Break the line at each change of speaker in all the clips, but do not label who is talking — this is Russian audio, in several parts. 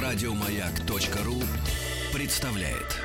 Радиомаяк.ру представляет.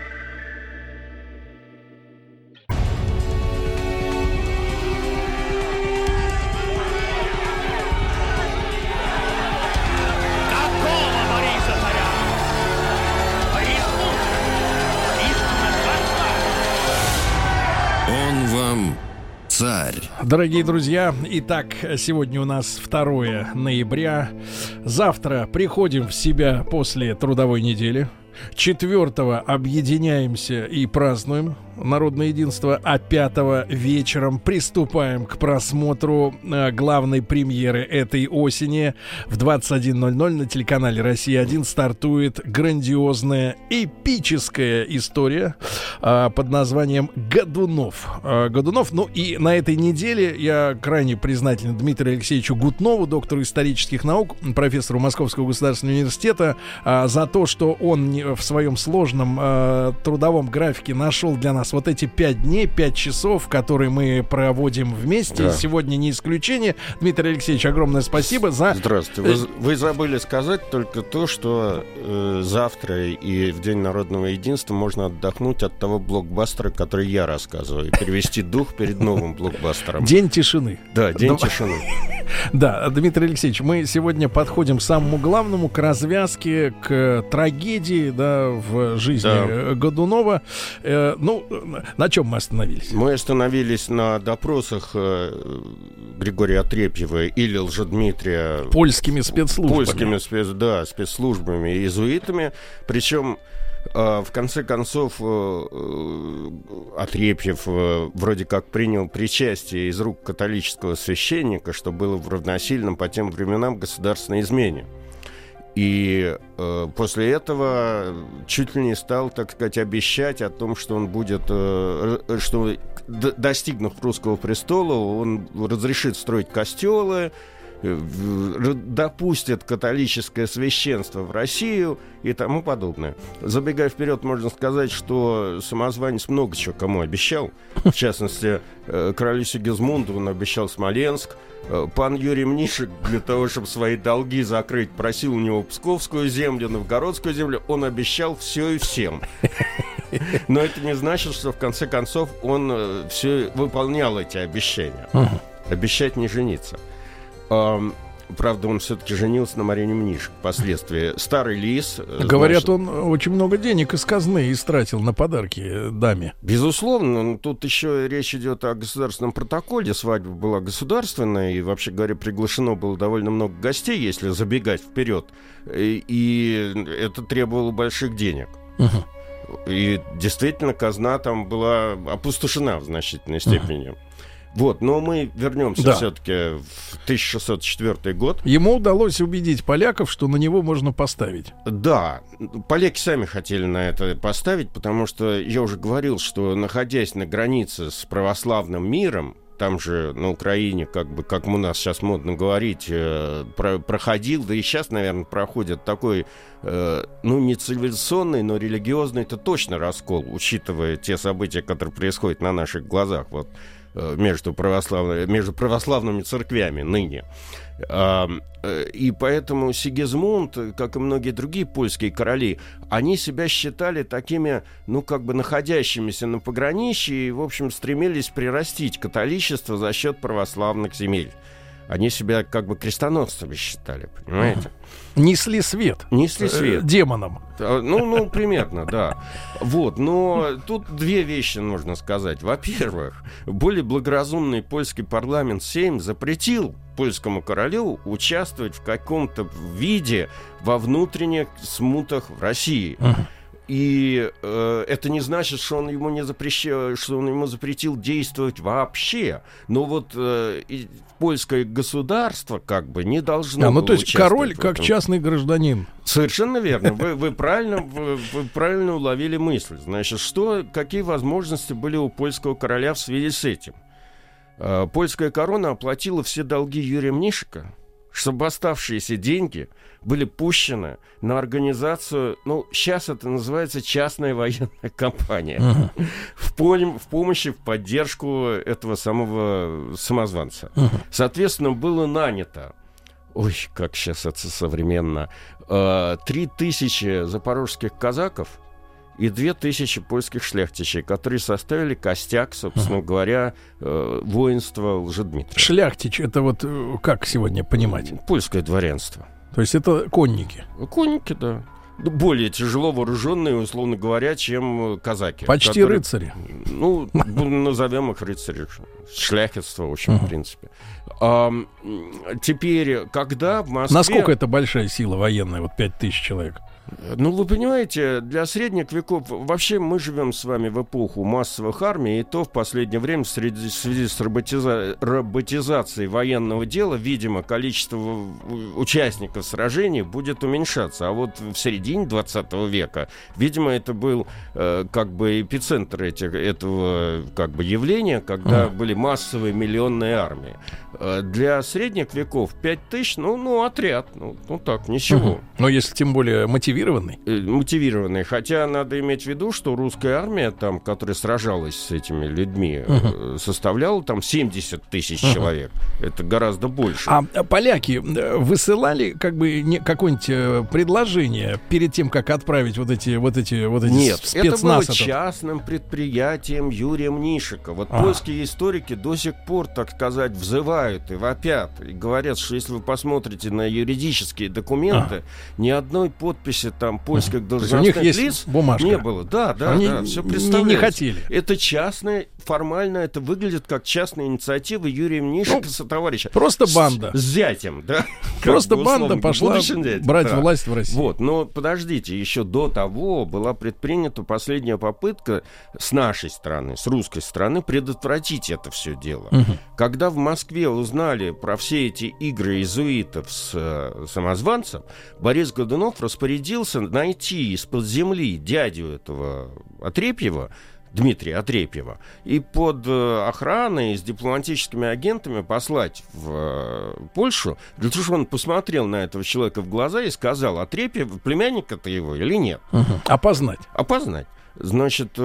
Он вам царь.
Дорогие друзья, итак, сегодня у нас 2 ноября. Завтра приходим в себя после трудовой недели. 4-го объединяемся и празднуем народное единство, а 5-го вечером приступаем к просмотру главной премьеры этой осени. В 21:00 на телеканале «Россия-1» стартует грандиозная, эпическая история под названием «Годунов». Ну и на этой неделе я крайне признателен Дмитрию Алексеевичу Гутнову, доктору исторических наук, профессору Московского государственного университета, за то, что он в своем сложном трудовом графике нашел для нас вот эти 5 дней, 5 часов, которые мы проводим вместе. Да. Сегодня не исключение. Дмитрий Алексеевич, огромное спасибо за...
Здравствуйте. Вы забыли сказать только то, что завтра и в День народного единства можно отдохнуть от того блокбастера, который я рассказываю, и перевести дух перед новым блокбастером.
День тишины.
Да, день тишины.
Да, Дмитрий Алексеевич, мы сегодня подходим к самому главному, к развязке, к трагедии, да, в жизни Годунова. На чем мы остановились?
Мы остановились на допросах Григория Отрепьева или Лжедмитрия
польскими спецслужбами.
Спецслужбами и иезуитами. Причем в конце концов Отрепьев вроде как принял причастие из рук католического священника, что было равносильно по тем временам государственной измене. И после этого чуть ли не стал, так сказать, обещать о том, что он будет, что, достигнув русского престола, он разрешит строить костелы, допустит католическое священство в Россию и тому подобное. Забегая вперед, можно сказать, что самозванец много чего кому обещал. В частности, королю Сигизмунду он обещал Смоленск. Пан Юрий Мнишек для того, чтобы свои долги закрыть, просил у него Псковскую землю, Новгородскую землю. Он обещал все и всем. Но это не значит, что в конце концов он все выполнял эти обещания. Обещать не жениться. Правда, он все-таки женился на Марине Мнишек впоследствии. Старый лис.
Говорят, он очень много денег из казны истратил на подарки даме.
Безусловно, но тут еще речь идет о государственном протоколе. Свадьба была государственная, и, вообще говоря, приглашено было довольно много гостей, если забегать вперед. И это требовало больших денег. И действительно, казна там была опустошена в значительной степени. Вот, но мы вернемся все-таки в 1604 год.
Ему удалось убедить поляков, что на него можно поставить.
Да, поляки сами хотели на это поставить, потому что я уже говорил, что, находясь на границе с православным миром, там же на Украине, как у нас сейчас модно говорить, проходил, да и сейчас, наверное, проходит такой, не цивилизационный, но религиозный, это точно раскол, учитывая те события, которые происходят на наших глазах, вот, между православными церквями ныне. И поэтому Сигизмунд, как и многие другие польские короли, они себя считали такими, находящимися на пограничье и, в общем, стремились прирастить католичество за счет православных земель. Они себя крестоносцами считали, понимаете?
Несли свет. Демонам.
Примерно, да. Вот, но тут две вещи нужно сказать. Во-первых, более благоразумный польский парламент Сейм запретил польскому королю участвовать в каком-то виде во внутренних смутах в России. И это не значит, что он ему не запрещал, что он ему запретил действовать вообще. Но вот польское государство не должно было
то есть король как частный гражданин.
Совершенно верно. Вы правильно уловили мысль. Значит, какие возможности были у польского короля в связи с этим? Польская корона оплатила все долги Юрия Мнишека, чтобы оставшиеся деньги были пущены на организацию, сейчас это называется частная военная компания, в помощь, в поддержку этого самого самозванца. Соответственно, было нанято Ой, как сейчас это современно. 3000 запорожских казаков и 2000 польских шляхтичей, которые составили костяк, собственно говоря, воинства Лжедмитрия.
Шляхтич — это вот как сегодня понимать?
Польское дворянство.
То есть это конники?
Конники, да. Более тяжело вооруженные, условно говоря, чем казаки.
Почти рыцари.
Ну, назовем их рыцари. Шляхетство, в общем, в принципе. Теперь, когда в Москве...
Насколько это большая сила военная, вот 5000 человек?
Ну, вы понимаете, для средних веков... Вообще, мы живем с вами в эпоху массовых армий, и то в последнее время в связи с роботизацией военного дела, видимо, количество участников сражений будет уменьшаться. А вот в середине 20 века, видимо, это был как бы эпицентр этого как бы явления, когда были массовые миллионные армии. Для средних веков 5000, ну отряд, ну так, ничего.
Но если тем более мотивированный.
Мотивированный. Хотя надо иметь в виду, что русская армия, там, которая сражалась с этими людьми, составляла там 70 тысяч человек. Это гораздо больше.
А поляки высылали как бы какое-нибудь предложение перед тем, как отправить вот эти
Нет,
спецназ?
это было частным предприятием Юрия Мнишека. Вот польские историки до сих пор, так сказать, взывают и вопят, и говорят, что если вы посмотрите на юридические документы, ни одной подписи там польских должностных лиц
бумажка.
Не было. Да,
они
все представляете.
Не хотели.
Это частное, формально это выглядит как частная инициатива Юрия Мнишека сотоварища.
Просто банда.
С зятем, да?
Просто банда пошла брать власть в России.
Вот, но подождите, еще до того была предпринята последняя попытка с нашей стороны, с русской стороны, предотвратить это все дело. Когда в Москве узнали про все эти игры иезуитов с самозванцем, Борис Годунов распорядился найти из-под земли дядю этого Отрепьева, Дмитрия Отрепьева, и под охраной с дипломатическими агентами послать в Польшу, для того, чтобы он посмотрел на этого человека в глаза и сказал, Отрепьев, племянник это его или нет.
Опознать.
Значит,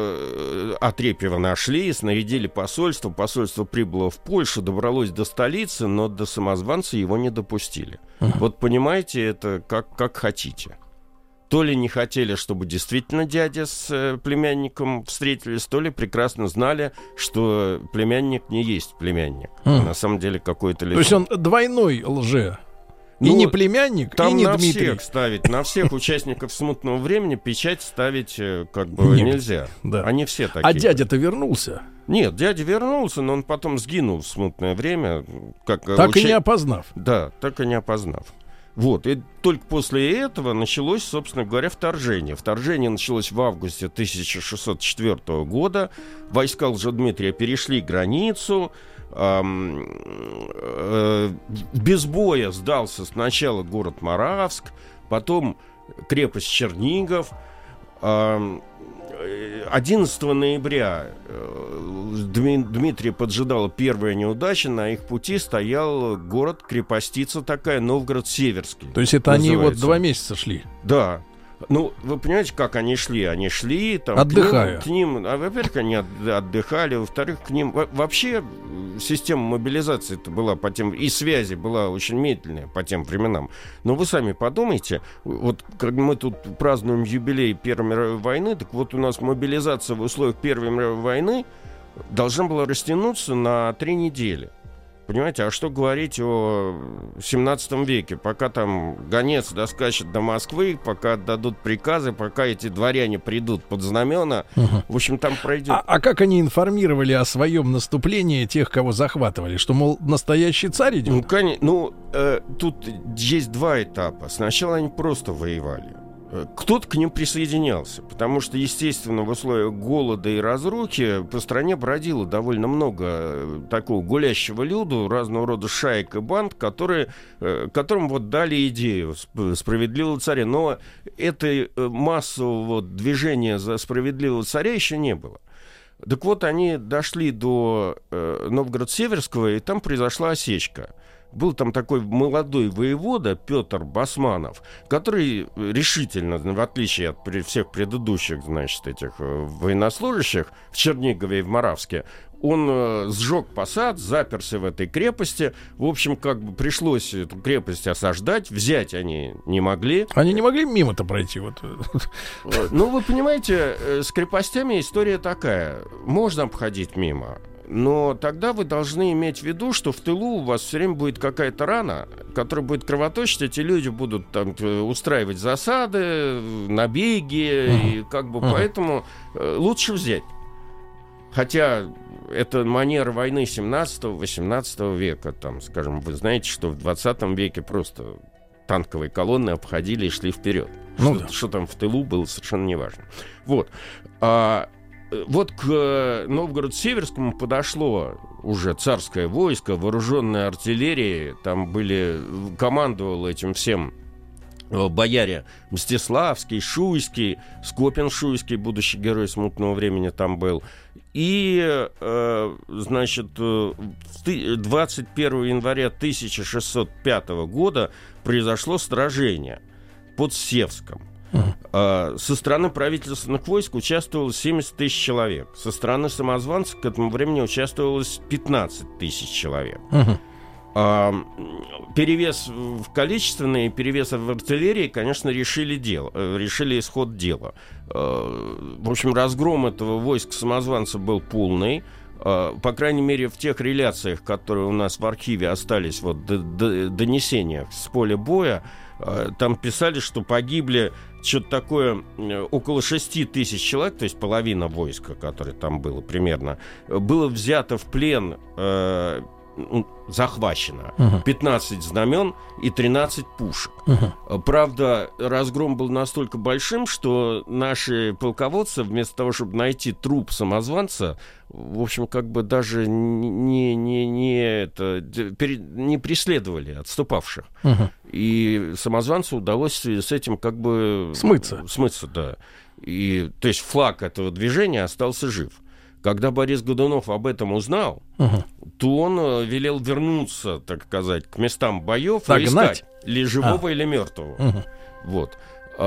Отрепьева нашли, снарядили посольство. Посольство прибыло в Польшу, добралось до столицы, но до самозванца его не допустили. Вот понимаете, это как хотите. То ли не хотели, чтобы действительно дядя с племянником встретились, то ли прекрасно знали, что племянник не есть племянник. На самом деле какой-то...
То есть он двойной лже. И не племянник, и не Дмитрий.
Всех ставить, на всех участников смутного времени печать ставить как бы нельзя. Да. Они все такие.
А дядя-то вернулся?
Нет, дядя вернулся, но он потом сгинул в смутное время.
Так и не опознав.
Да, так и не опознав. Вот, и только после этого началось, собственно говоря, вторжение. Вторжение началось в августе 1604 года. Войска Лжедмитрия перешли границу. Без боя сдался сначала город Моравск, потом крепость Чернигов. 11 ноября Дмитрия поджидала первая неудача. На их пути стоял город-крепостица такая, Новгород-Северский.
То есть это они вот 2 месяца шли?
Да. Ну, вы понимаете, как они шли? Они шли там,
отдыхая.
К ним, во-первых, они отдыхали, во-вторых, к ним... Вообще система мобилизации-то была по тем... И связи была очень медленная по тем временам. Но вы сами подумайте, вот как мы тут празднуем юбилей Первой мировой войны, так вот у нас мобилизация в условиях Первой мировой войны должна была растянуться на 3 недели. Понимаете, а что говорить о 17 веке? Пока там гонец доскачет до Москвы, пока отдадут приказы, пока эти дворяне придут под знамена, в общем, там пройдет.
А как они информировали о своем наступлении тех, кого захватывали? Что, мол, настоящий царь идет?
Ну, конечно, тут есть 2 этапа. Сначала они просто воевали. Кто-то к ним присоединялся, потому что, естественно, в условиях голода и разрухи по стране бродило довольно много такого гулящего люду, разного рода шаек и банд, которым вот дали идею справедливого царя. Но этой массового движения за справедливого царя еще не было. Так вот, они дошли до Новгород-Северского, и там произошла осечка. был там такой молодой воевода Петр Басманов, который решительно, в отличие от всех предыдущих, значит, этих военнослужащих в Чернигове и в Моравске, он сжег посад, заперся в этой крепости. В общем, как бы пришлось эту крепость осаждать. Взять они не могли.
Они не могли мимо-то пройти? Вот.
Ну, вы понимаете, с крепостями история такая. Можно обходить мимо. Но тогда вы должны иметь в виду, что в тылу у вас все время будет какая-то рана, которая будет кровоточить. Эти люди будут там устраивать засады, набеги. И как бы поэтому лучше взять. Хотя это манера войны 17-18 века. Там, скажем, вы знаете, что в 20 веке просто танковые колонны обходили и шли вперед.
Ну,
что там в тылу было совершенно неважно. Вот. Вот к Новгород-Северскому подошло уже царское войско, вооруженная артиллерия. Там командовал этим всем бояре Мстиславский, Шуйский, Скопин-Шуйский, будущий герой смутного времени там был. И, значит, 21 января 1605 года произошло сражение под Севском. Со стороны правительственных войск участвовало 70 тысяч человек. Со стороны самозванцев к этому времени участвовалось 15 тысяч человек. Перевес в количественный и перевес в артиллерии, конечно, решили исход дела. В общем, разгром этого войска самозванцев был полный. По крайней мере, в тех реляциях, которые у нас в архиве остались, вот донесениях с поля боя, там писали, что погибли что-то такое около 6 тысяч человек, то есть половина войска, которое там было примерно, было взято в плен, захвачено 15 знамен и 13 пушек. Правда, разгром был настолько большим, что наши полководцы, вместо того, чтобы найти труп самозванца, в общем, как бы даже не преследовали отступавших. И самозванцу удалось с этим как бы смыться, да. И, то есть флаг этого движения остался жив. Когда Борис Годунов об этом узнал, то он велел вернуться, так сказать, к местам боев и искать или живого, или мертвого. Вот.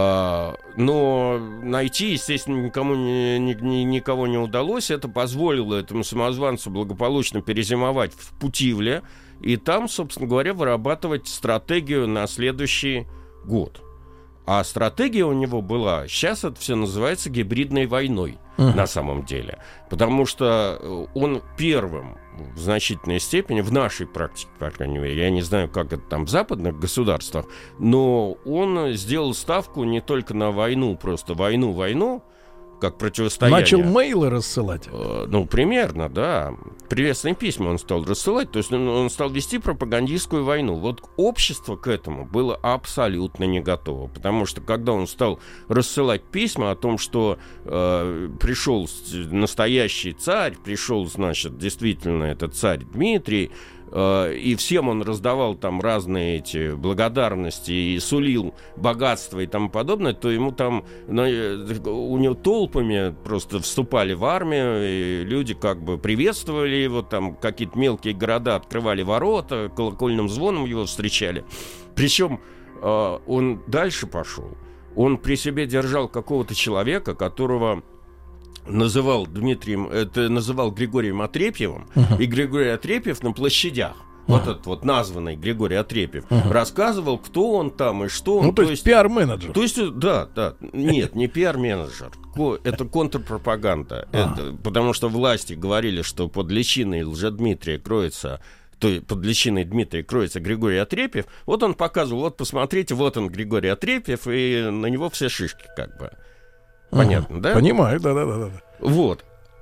Но найти, естественно, никого не удалось. Это позволило этому самозванцу благополучно перезимовать в Путивле и там, собственно говоря, вырабатывать стратегию на следующий год. А стратегия у него была, сейчас это все называется гибридной войной на самом деле. Потому что он первым в значительной степени, в нашей практике, по крайней мере, я не знаю, как это там в западных государствах, но он сделал ставку не только на войну, просто войну, как противостояние.
Начал мейлы рассылать?
Ну, примерно, да. Приветственные письма он стал рассылать, то есть он стал вести пропагандистскую войну. Вот общество к этому было абсолютно не готово, потому что когда он стал рассылать письма о том, что пришел настоящий царь, пришел, значит, действительно этот царь Дмитрий, и всем он раздавал там разные эти благодарности и сулил богатство и тому подобное, то ему там у него толпами просто вступали в армию, и люди как бы приветствовали его, там какие-то мелкие города открывали ворота, колокольным звоном его встречали. Причем он дальше пошел. Он при себе держал какого-то человека, которого называл Григорием Отрепьевым, и Григорий Отрепьев на площадях, вот этот вот названный Григорий Отрепьев, рассказывал, кто он там и что он.
Ну, то есть пиар-менеджер.
То есть, да. Нет, не пиар-менеджер. Это контрпропаганда. Потому что власти говорили, что под личиной Лжедмитрия кроется... То есть под личиной Дмитрия кроется Григорий Отрепьев. Вот он показывал, вот посмотрите, вот он Григорий Отрепьев, и на него все шишки как бы. Понятно, да?
Понимаю, да.
Вот.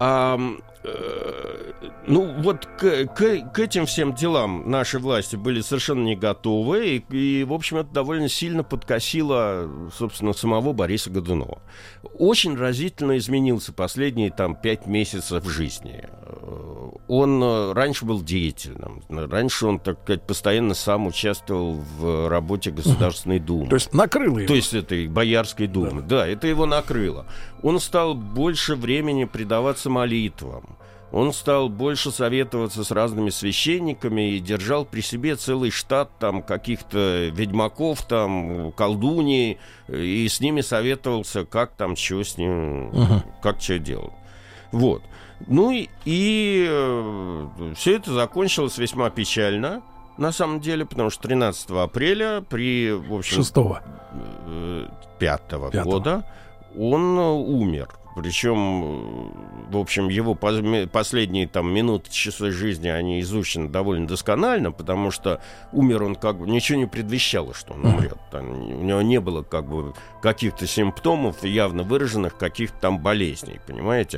Ну, вот к этим всем делам наши власти были совершенно не готовы, и, в общем, это довольно сильно подкосило, собственно, самого Бориса Годунова. Очень разительно изменился последние, 5 месяцев жизни. Он раньше был деятельным, раньше он, так сказать, постоянно сам участвовал в работе Государственной Думы.
То есть накрыло его.
То есть этой Боярской Думы. Да, это его накрыло. Он стал больше времени предаваться молитвам. он стал больше советоваться с разными священниками и держал при себе целый штат там каких-то ведьмаков, там, колдуней, и с ними советовался, как там, что с ним, как что делать. Вот. Ну и все это закончилось весьма печально, на самом деле, потому что 13 апреля при, в общем, 5-го года он умер. Причем, в общем, его последние там минуты, часы жизни, они изучены довольно досконально, потому что умер он как бы, ничего не предвещало, что он умрет. Там, у него не было как бы каких-то симптомов явно выраженных, каких-то там болезней, понимаете.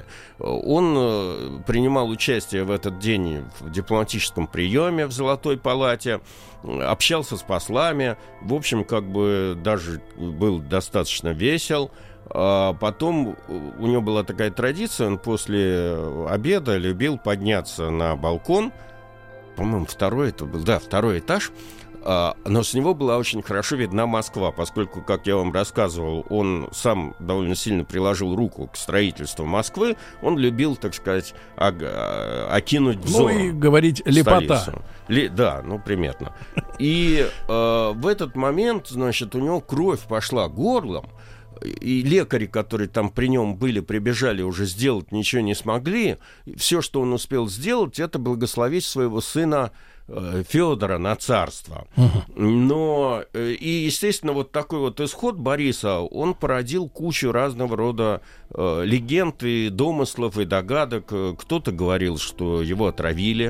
Он принимал участие в этот день в дипломатическом приеме в Золотой палате, общался с послами, в общем, как бы даже был достаточно весел. А потом у него была такая традиция, он после обеда любил подняться на балкон, по-моему, второй этаж, но с него была очень хорошо видна Москва, поскольку, как я вам рассказывал, он сам довольно сильно приложил руку к строительству Москвы, он любил, так сказать, окинуть взором.
Ну и говорить лепота.
Да, ну примерно. И в этот момент, значит, у него кровь пошла горлом, и лекари, которые там при нем были, прибежали, уже сделать ничего не смогли. Все, что он успел сделать, это благословить своего сына Федора на царство. Но, и, естественно, вот такой вот исход Бориса, он породил кучу разного рода легенд и домыслов, и догадок. Кто-то говорил, что его отравили.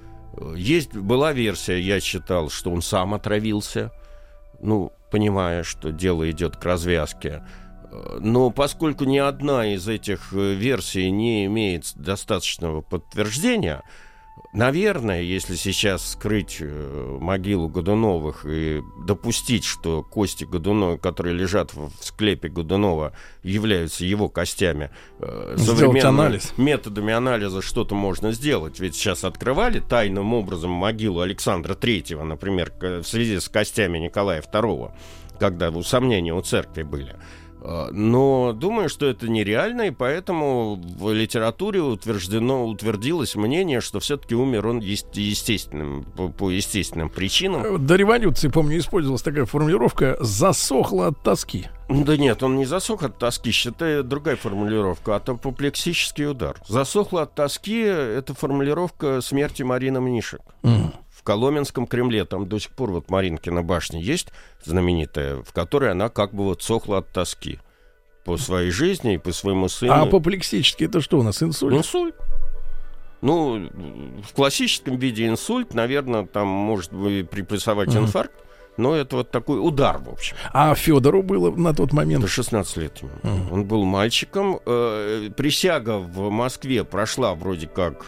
Была версия, я читал, что он сам отравился. Ну, понимая, что дело идет к развязке. Но поскольку ни одна из этих версий не имеет достаточного подтверждения, наверное, если сейчас скрыть могилу Годуновых и допустить, что кости Годунова, которые лежат в склепе Годунова, являются его костями, современными методами анализа что-то можно сделать. Ведь сейчас открывали тайным образом могилу Александра III, например, в связи с костями Николая II, когда сомнения у церкви были. Но думаю, что это нереально, и поэтому в литературе утвердилось мнение, что все-таки умер он по естественным причинам.
До революции, помню, использовалась такая формулировка «засохло от тоски».
Да нет, он не засох от тоски, считай, другая формулировка, апоплексический удар. Засохло от тоски — это формулировка смерти Марины Мнишек. В Коломенском Кремле, там до сих пор вот Маринкина башня есть, знаменитая, в которой она как бы вот сохла от тоски по своей жизни и по своему сыну.
А апоплексический — это что у нас, инсульт?
Инсульт. Ну, в классическом виде инсульт, наверное, там может быть припрессовать инфаркт, но это вот такой удар, в общем.
А Федору было на тот момент?
До 16 лет ему. Он был мальчиком. Присяга в Москве прошла вроде как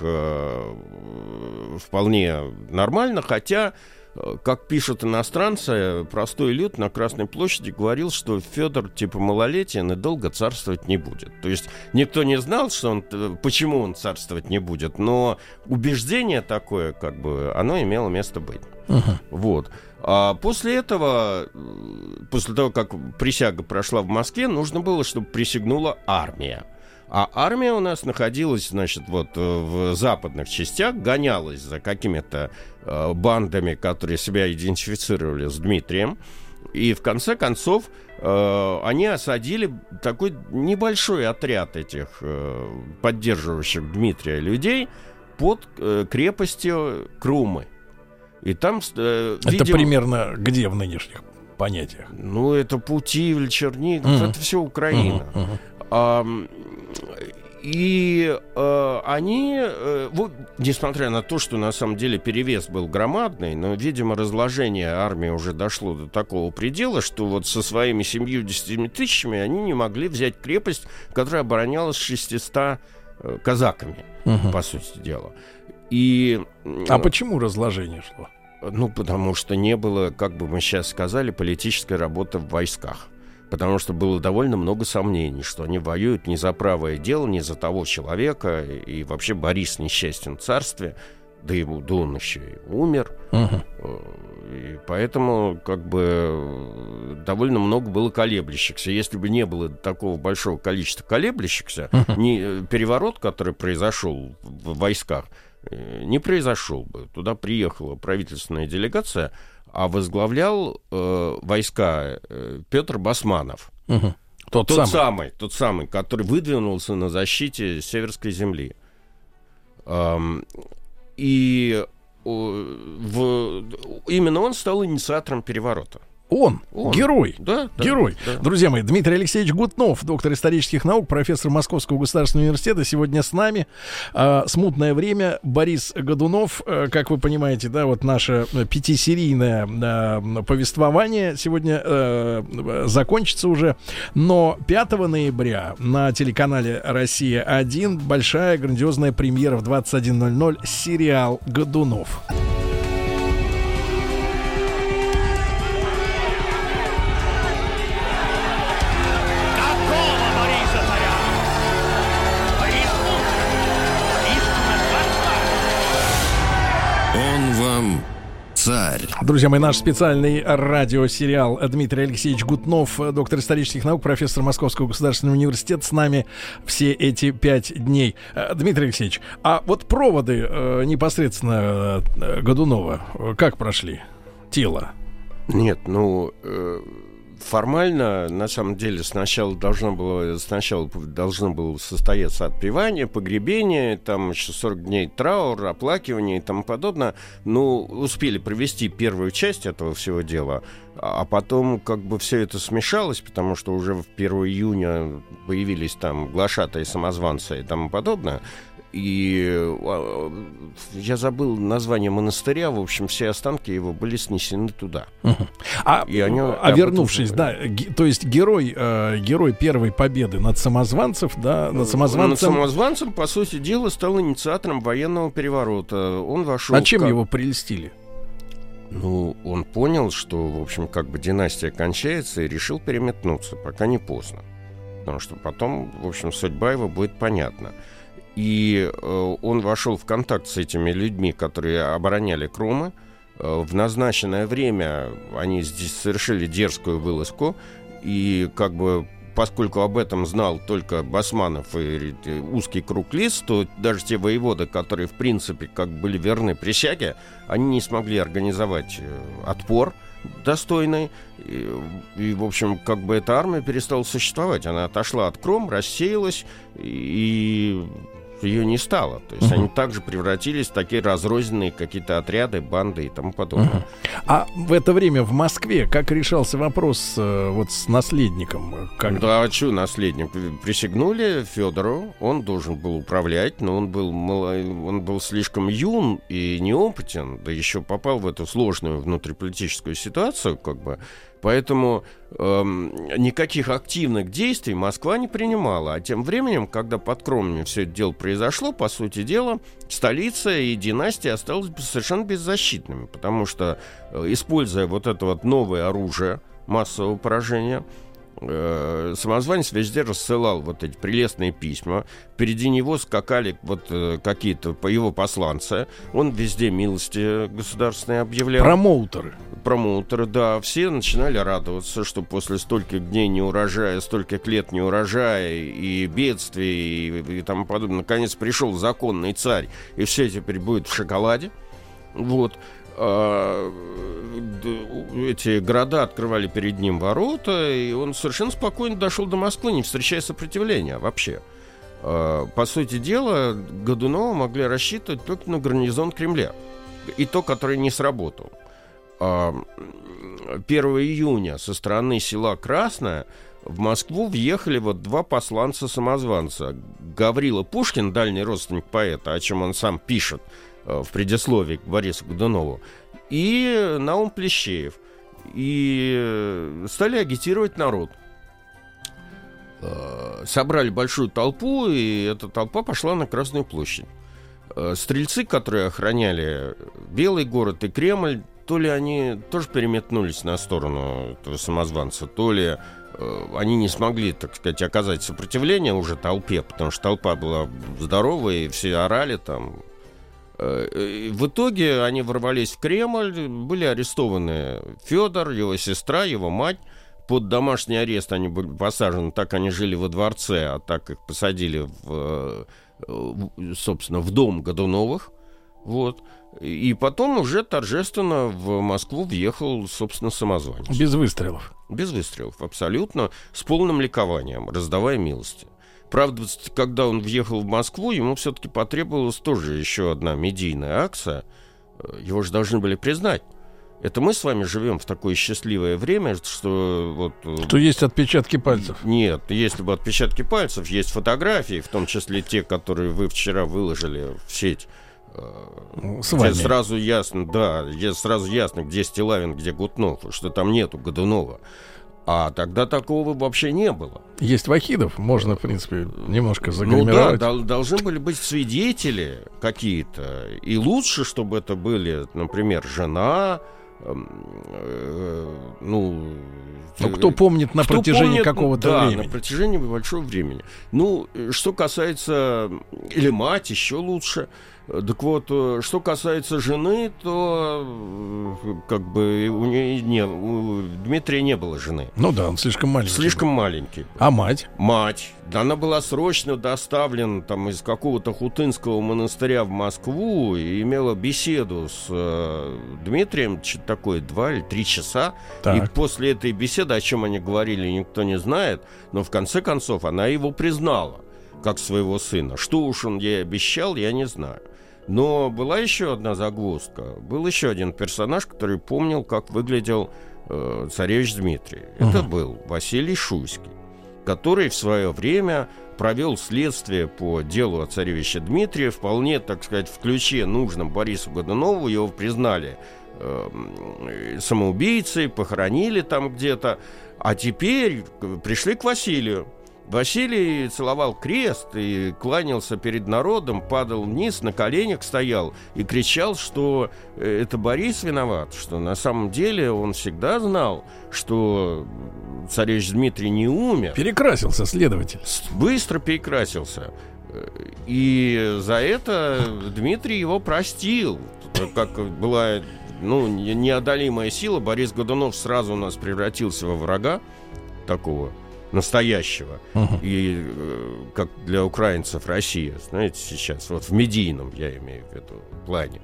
вполне нормально, хотя, как пишут иностранцы, простой люд на Красной площади говорил, что Федор типа малолетен и долго царствовать не будет. То есть никто не знал, что почему он царствовать не будет, но убеждение такое, как бы, оно имело место быть. Вот. А после этого, после того, как присяга прошла в Москве, нужно было, чтобы присягнула армия. А армия у нас находилась, значит, вот в западных частях, гонялась за какими-то бандами, которые себя идентифицировали с Дмитрием. И в конце концов они осадили такой небольшой отряд этих поддерживающих Дмитрия людей под крепостью Крумы. И там,
это примерно где в нынешних понятиях?
Ну, это Путивль, Чернигов, это все Украина. Они, вот, несмотря на то, что на самом деле перевес был громадный, но, видимо, разложение армии уже дошло до такого предела, что вот со своими 70 тысячами они не могли взять крепость, которая оборонялась 600 казаками, по сути дела.
А почему разложение шло?
Ну, потому что не было, как бы мы сейчас сказали, политической работы в войсках. Потому что было довольно много сомнений, что они воюют не за правое дело, не за того человека. И вообще Борис несчастен в царстве, да он еще и умер. И поэтому, как бы, довольно много было колеблющихся. Если бы не было такого большого количества колеблющихся, переворот, который произошел в войсках, не произошел бы. Туда приехала правительственная делегация, а возглавлял войска Петр Басманов.
Тот
самый, который выдвинулся на защите Северской земли. И именно он стал инициатором переворота.
Он. Герой.
Да,
герой.
Да.
Друзья мои, Дмитрий Алексеевич Гутнов, доктор исторических наук, профессор Московского государственного университета, сегодня с нами. «Смутное время». Борис Годунов, как вы понимаете, да, вот наше пятисерийное повествование сегодня закончится уже. Но 5 ноября на телеканале «Россия-1» большая грандиозная премьера в 21:00, сериал «Годунов».
Он вам царь.
Друзья мои, наш специальный радиосериал. Дмитрий Алексеевич Гутнов, доктор исторических наук, профессор Московского государственного университета, с нами все эти 5 дней. Дмитрий Алексеевич, а вот проводы непосредственно Годунова как прошли? Тело?
Нет, формально, на самом деле, сначала должно было состояться отпевание, погребение, там еще 40 дней траур, оплакивание и тому подобное. Успели провести первую часть этого всего дела, а потом как бы все это смешалось, потому что уже в 1 июня появились там глашатые, самозванцы и тому подобное. И я забыл название монастыря. В общем, все останки его были снесены туда.
Вернувшись, то есть герой первой победы над самозванцем, над самозванцем,
по сути дела, стал инициатором военного переворота. Он вошел.
А чем его прельстили?
Он понял, что, в общем, как бы династия кончается, и решил переметнуться, пока не поздно. Потому что потом, в общем, судьба его будет понятна. И он вошел в контакт с этими людьми, которые обороняли Крумы. В назначенное время они здесь совершили дерзкую вылазку. И как бы, поскольку об этом знал только Басманов и узкий круг лиц, то даже те воеводы, которые в принципе как были верны присяге, они не смогли организовать отпор достойный. И, в общем, как бы эта армия перестала существовать. Она отошла от Крум, рассеялась, и ее не стало. То есть они также превратились в такие разрозненные какие-то отряды, банды и тому подобное.
А в это время в Москве как решался вопрос с наследником?
Да, а что наследник? Присягнули Федору, он должен был управлять, но он был слишком юн и неопытен, да еще попал в эту сложную внутриполитическую ситуацию, как бы. Поэтому никаких активных действий Москва не принимала. А тем временем, когда под Кромами все это дело произошло, по сути дела, столица и династия осталась совершенно беззащитными. Потому что, используя вот это вот новое оружие массового поражения, самозванец везде рассылал вот эти прелестные письма. Впереди него скакали вот какие-то его посланцы. Он везде милости государственные объявлял. Промоутеры, да. Все начинали радоваться, что после стольких дней неурожая, стольких лет неурожая и бедствий и тому подобное, наконец пришел законный царь, и все теперь будет в шоколаде. Вот. Эти города открывали перед ним ворота, и он совершенно спокойно дошел до Москвы, не встречая сопротивления вообще. По сути дела, Годунова могли рассчитывать только на гарнизон Кремля, и то, который не сработал. 1 июня со стороны села Красное в Москву въехали вот 2 посланца-самозванца. Гаврила Пушкин, дальний родственник поэта, о чем он сам пишет в предисловии к Борису Годунову, и Наум Плещеев. И стали агитировать народ. Собрали большую толпу, и эта толпа пошла на Красную площадь. Стрельцы, которые охраняли Белый город и Кремль, то ли они тоже переметнулись на сторону этого самозванца, то ли они не смогли, так сказать, оказать сопротивление уже толпе, потому что толпа была здоровая, и все орали там. В итоге они ворвались в Кремль, были арестованы Федор, его сестра, его мать, под домашний арест они были посажены, так они жили во дворце, а так их посадили, собственно, в дом Годуновых. Вот. И потом уже торжественно в Москву въехал, собственно, самозванец.
Без выстрелов.
Без выстрелов, абсолютно, с полным ликованием, раздавая милости. Правда, когда он въехал в Москву, ему все-таки потребовалась тоже еще одна медийная акция. Его же должны были признать. Это мы с вами живем в такое счастливое время, что вот...
Что есть отпечатки пальцев.
Нет, если бы отпечатки пальцев, есть фотографии, в том числе те, которые вы вчера выложили в сеть.
С вами.
Сразу ясно, где Стилавин, где Гутнов, что там нету Годунова. А тогда такого вообще не было.
Есть Вахидов, можно, в принципе, немножко загримировать.
Ну да, должны были быть свидетели какие-то. И лучше, чтобы это были, например, жена...
кто помнит на протяжении какого-то времени.
На протяжении большого времени. Что касается... Или мать, еще лучше. Так вот, что касается жены, то как бы у Дмитрия не было жены.
Ну да, он слишком маленький.
Слишком маленький.
А мать?
Мать. Она была срочно доставлена там из какого-то Хутынского монастыря в Москву и имела беседу с Дмитрием, что-то такое, 2 или 3 часа.
Так.
И после этой беседы, о чем они говорили, никто не знает, но в конце концов она его признала как своего сына. Что уж он ей обещал, я не знаю. Но была еще одна загвоздка. Был еще один персонаж, который помнил, как выглядел царевич Дмитрий. Это был Василий Шуйский, который в свое время провел следствие по делу о царевиче Дмитрия, вполне, так сказать, в ключе нужном Борису Годунову. Его признали самоубийцей, похоронили там где-то. А теперь пришли к Василию. Василий целовал крест и кланялся перед народом, падал вниз, на коленях стоял и кричал, что это Борис виноват, что на самом деле он всегда знал, что царевич Дмитрий не умер.
Перекрасился следователь.
Быстро перекрасился. И за это Дмитрий его простил. Как была неодолимая сила, Борис Годунов сразу у нас превратился во врага такого настоящего. И как для украинцев Россия, знаете, сейчас, вот в медийном, я имею в виду, плане.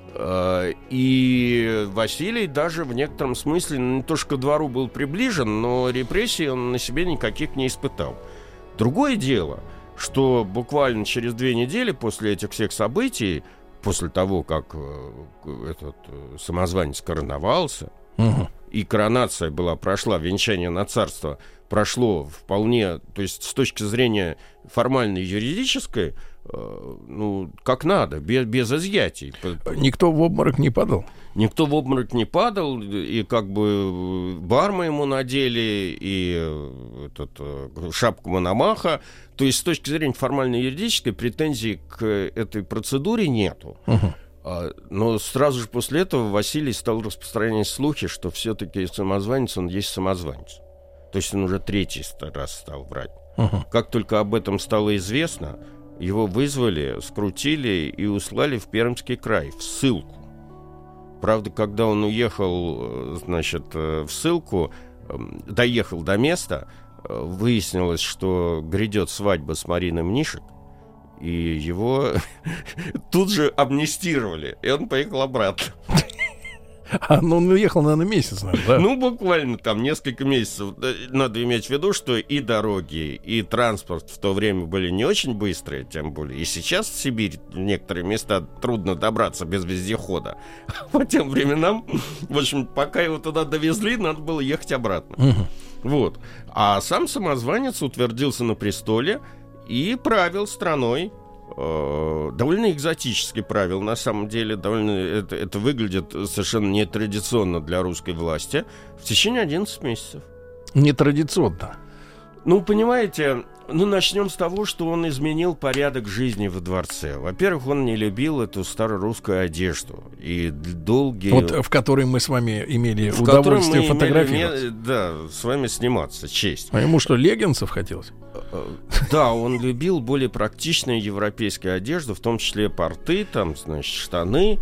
И Василий даже в некотором смысле не то что ко двору был приближен, но репрессий он на себе никаких не испытал. Другое дело, что буквально через 2 недели после этих всех событий, после того, как этот самозванец короновался, и коронация прошла, венчание на царство прошло вполне, то есть с точки зрения формальной, юридической, как надо, без изъятий.
Никто в обморок не падал?
Никто в обморок не падал, и как бы бармы ему надели, и шапку Мономаха. То есть с точки зрения формальной, юридической претензий к этой процедуре нету. Но сразу же после этого Василий стал распространять слухи, что все-таки самозванец, он есть самозванец. То есть он уже 3-й раз стал врать. Как только об этом стало известно, его вызвали, скрутили и услали в Пермский край, в ссылку. Правда, когда он уехал, в ссылку, доехал до места, выяснилось, что грядет свадьба с Мариной Мнишек, и его тут же амнистировали, и он поехал обратно.
Он уехал, наверное, месяц, да?
Буквально там несколько месяцев. Надо иметь в виду, что и дороги, и транспорт в то время были не очень быстрые, тем более. И сейчас в Сибирь в некоторые места трудно добраться без вездехода. По тем временам, в общем, пока его туда довезли, надо было ехать обратно. Вот. А сам самозванец утвердился на престоле и правил страной. Довольно экзотически правил, на самом деле. Это выглядит совершенно нетрадиционно для русской власти. В течение 11 месяцев.
Нетрадиционно.
Понимаете, Ну, начнем с того, что он изменил порядок жизни во дворце. Во-первых, он не любил эту старорусскую одежду. И долгие...
Вот в которой мы с вами имели удовольствие фотографироваться.
Да, с вами сниматься, честь.
А ему что, леггинсов хотелось?
Да, он любил более практичную европейскую одежду, в том числе порты, там, значит, штаны.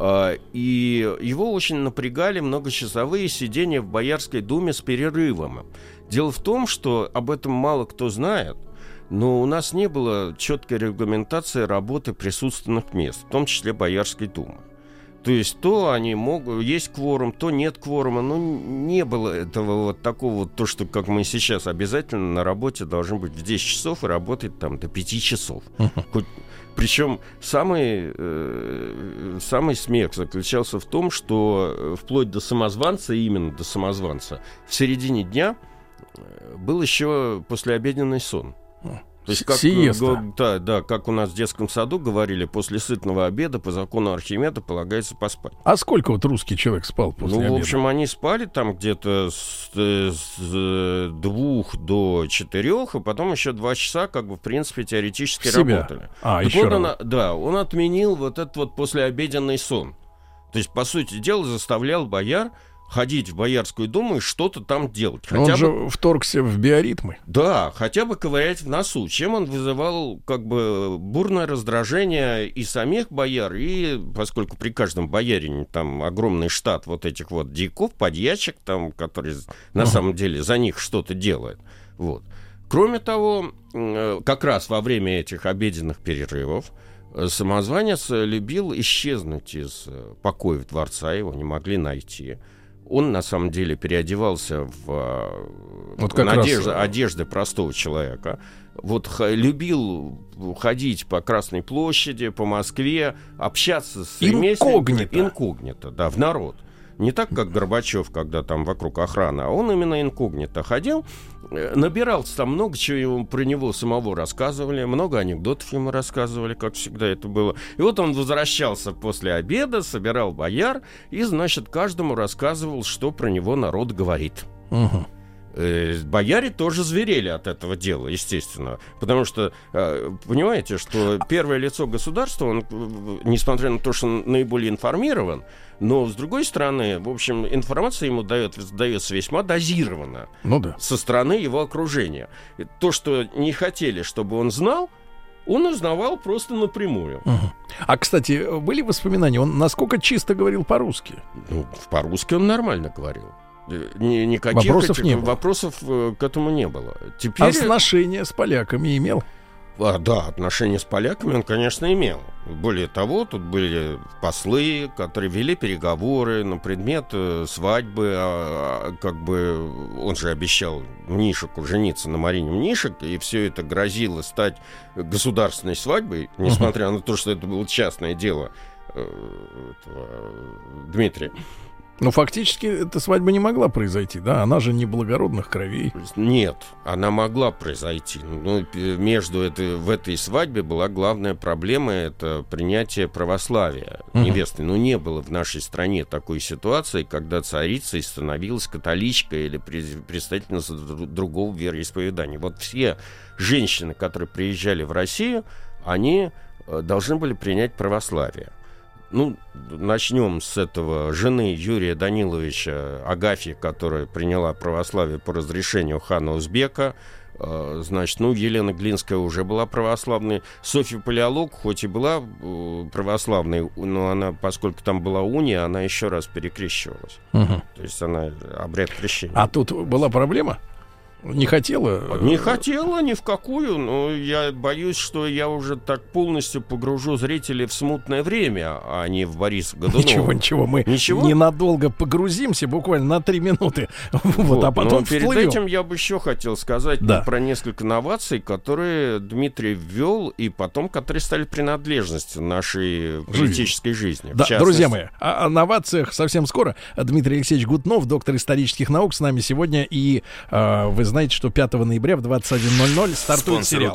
И его очень напрягали многочасовые сидения в Боярской думе с перерывом. Дело в том, что об этом мало кто знает, но у нас не было четкой регламентации работы присутственных мест, в том числе Боярской думы. То есть то они могут, есть кворум, то нет кворума, но не было этого вот такого вот, то, что, как мы сейчас, обязательно на работе должны быть в 10 часов и работать там до 5 часов. Причем самый смех заключался в том, что вплоть до самозванца, именно до самозванца, в середине дня был еще послеобеденный сон. То есть как у нас в детском саду говорили, после сытного обеда по закону Архимеда полагается поспать.
А сколько вот русский человек спал после обеда?
В общем, они спали там где-то с 2 до 4, а потом еще 2 часа, как бы, в принципе, теоретически работали. Он отменил вот этот вот послеобеденный сон. То есть, по сути дела, заставлял бояр ходить в Боярскую думу и что-то там делать.
Он же вторгся в биоритмы.
Да, хотя бы ковырять в носу, чем он вызывал как бы бурное раздражение и самих бояр, и поскольку при каждом боярине там огромный штат вот этих вот дьяков, подьячек, там, которые на самом деле за них что-то делают. Вот. Кроме того, как раз во время этих обеденных перерывов самозванец любил исчезнуть из покоев дворца, его не могли найти. Он, на самом деле, переодевался в одежды простого человека. Вот любил ходить по Красной площади, по Москве, общаться с ремесленниками. Инкогнито, да, в народ. Не так, как Горбачев, когда там вокруг охраны, а он именно инкогнито ходил, набирался там, много чего про него самого рассказывали, много анекдотов ему рассказывали, как всегда это было. И вот он возвращался после обеда, собирал бояр и, значит, каждому рассказывал, что про него народ говорит. Бояре тоже зверели от этого дела, естественно. Потому что, понимаете, что первое лицо государства, он, несмотря на то, что он наиболее информирован, но, с другой стороны, в общем, информация ему дается весьма дозированно со стороны его окружения. И то, что не хотели, чтобы он знал, он узнавал просто напрямую.
А, кстати, были воспоминания, он насколько чисто говорил по-русски?
Ну, по-русски он нормально говорил. Никаких вопросов к этому не было.
А сношение с поляками имел?
Да, отношения с поляками он, конечно, имел. Более того, тут были послы, которые вели переговоры на предмет свадьбы. Как бы он же обещал Мнишеку жениться на Марине Мнишек, и все это грозило стать государственной свадьбой, несмотря на то, что это было частное дело Дмитрия.
Но фактически эта свадьба не могла произойти, да? Она же не благородных кровей.
Нет, она могла произойти. Но в этой свадьбе была главная проблема — это принятие православия невесты. Но не было в нашей стране такой ситуации, когда царицей становилась католичкой или представительница другого вероисповедания. Вот все женщины, которые приезжали в Россию, они должны были принять православие. Ну, начнем с этого жены Юрия Даниловича Агафьи, которая приняла православие по разрешению хана Узбека. Значит, Елена Глинская уже была православной. Софья Палеолог, хоть и была православной, но она, поскольку там была уния, она еще раз перекрещивалась. То есть она обряд крещения.
А тут была проблема? Не хотела?
Не хотела ни в какую, но я боюсь, что я уже так полностью погружу зрителей в смутное время, а не в Бориса Годунова.
Ничего, мы ненадолго погрузимся, буквально на 3 минуты, а потом всплывем.
Перед этим я бы еще хотел сказать про несколько новаций, которые Дмитрий ввел, и потом, которые стали принадлежностью нашей политической жизни.
Да, друзья мои, о новациях совсем скоро. Дмитрий Алексеевич Гутнов, доктор исторических наук, с нами сегодня, и вы знаете, что 5 ноября в 21:00 стартует сериал.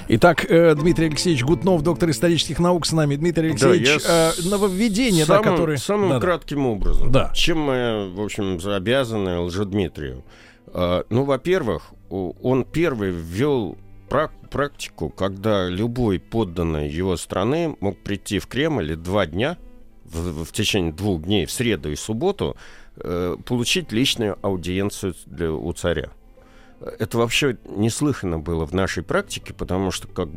Итак, Дмитрий Алексеевич Гутнов, доктор исторических наук, с нами. Дмитрий Алексеевич, нововведение,
самым кратким образом.
Да.
Чем мы, в общем, обязаны Лжедмитрию? Во-первых, он первый ввел практику, когда любой подданный его страны мог прийти в Кремль и 2 дня, в течение 2 дней, в среду и субботу, получить личную аудиенцию у царя. Это вообще неслыханно было в нашей практике, потому что как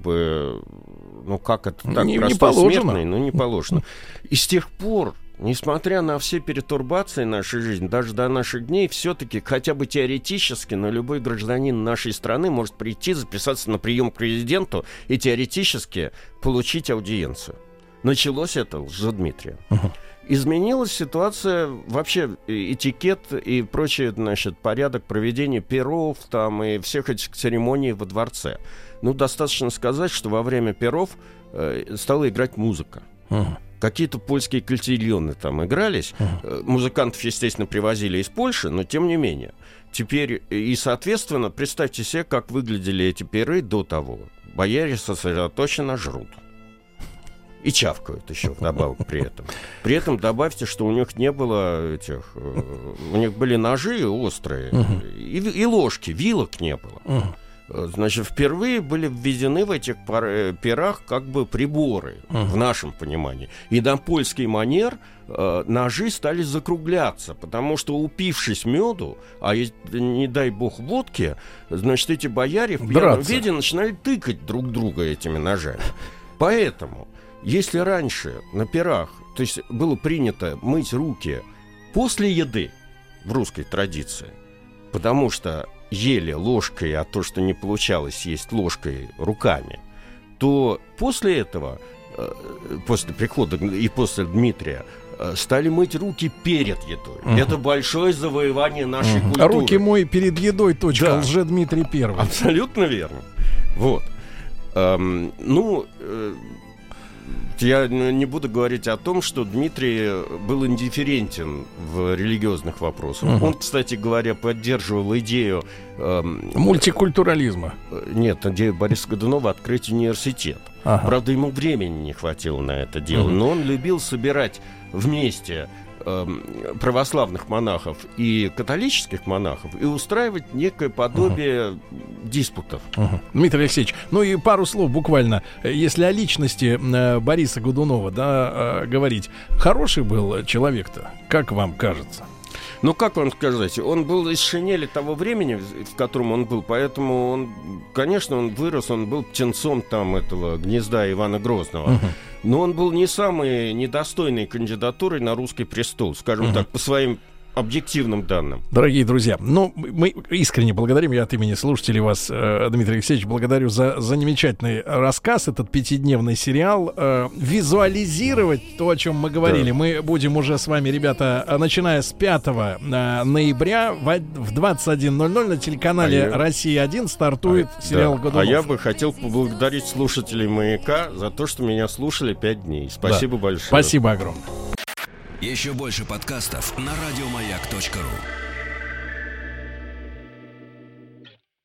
это так простой смертный, не положено. И с тех пор, несмотря на все перетурбации нашей жизни, даже до наших дней, все-таки хотя бы теоретически, но любой гражданин нашей страны может прийти, записаться на прием к президенту и теоретически получить аудиенцию. Началось это Лжедмитрия. Изменилась ситуация, вообще этикет и прочий, порядок проведения пиров там, и всех этих церемоний во дворце. Достаточно сказать, что во время пиров стала играть музыка. Какие-то польские кальтильоны там игрались. Музыкантов, естественно, привозили из Польши, но тем не менее. Теперь, и, соответственно, представьте себе, как выглядели эти пиры до того. Бояре сосредоточенно жрут. И чавкают еще вдобавок при этом. При этом добавьте, что у них не было у них были ножи острые, и ложки, вилок не было. Значит, впервые были введены в этих пирах приборы, в нашем понимании. И на польский манер ножи стали закругляться, потому что, упившись меду, а не дай бог водки, значит, эти бояре в пьяном виде начинали тыкать друг друга этими ножами. Поэтому, если раньше на пирах, то есть было принято мыть руки после еды в русской традиции, потому что ели ложкой, а то, что не получалось есть ложкой руками, то после этого, после прихода и после Дмитрия, стали мыть руки перед едой. Это большое завоевание нашей культуры.
Руки мой перед едой, точка, Лжедмитрий I.
Абсолютно верно. Вот. Я не буду говорить о том, что Дмитрий был индифферентен в религиозных вопросах. Он, кстати говоря, поддерживал идею
мультикультурализма.
Нет, идею Бориса Годунова открыть университет. Правда, ему времени не хватило на это дело, но он любил собирать вместе православных монахов и католических монахов и устраивать некое подобие диспутов.
Дмитрий Алексеевич, и пару слов буквально. Если о личности Бориса Годунова говорить, хороший был человек-то, как вам кажется?
Как вам сказать, он был из шинели того времени, в котором он был, поэтому он вырос, он был птенцом этого гнезда Ивана Грозного. Но он был не самой недостойной кандидатурой на русский престол, скажем так, по своим объективным данным.
Дорогие друзья, мы искренне благодарим, я от имени слушателей вас, Дмитрий Алексеевич, благодарю за замечательный рассказ, этот 5-дневный сериал. Визуализировать то, о чем мы говорили, мы будем уже с вами, ребята, начиная с 5 ноября в 21:00 на телеканале «Россия-1» стартует сериал «Годунов».
А я бы хотел поблагодарить слушателей «Маяка» за то, что меня слушали 5 дней. Спасибо большое.
Спасибо огромное.
Еще больше подкастов на радиомаяк.ру.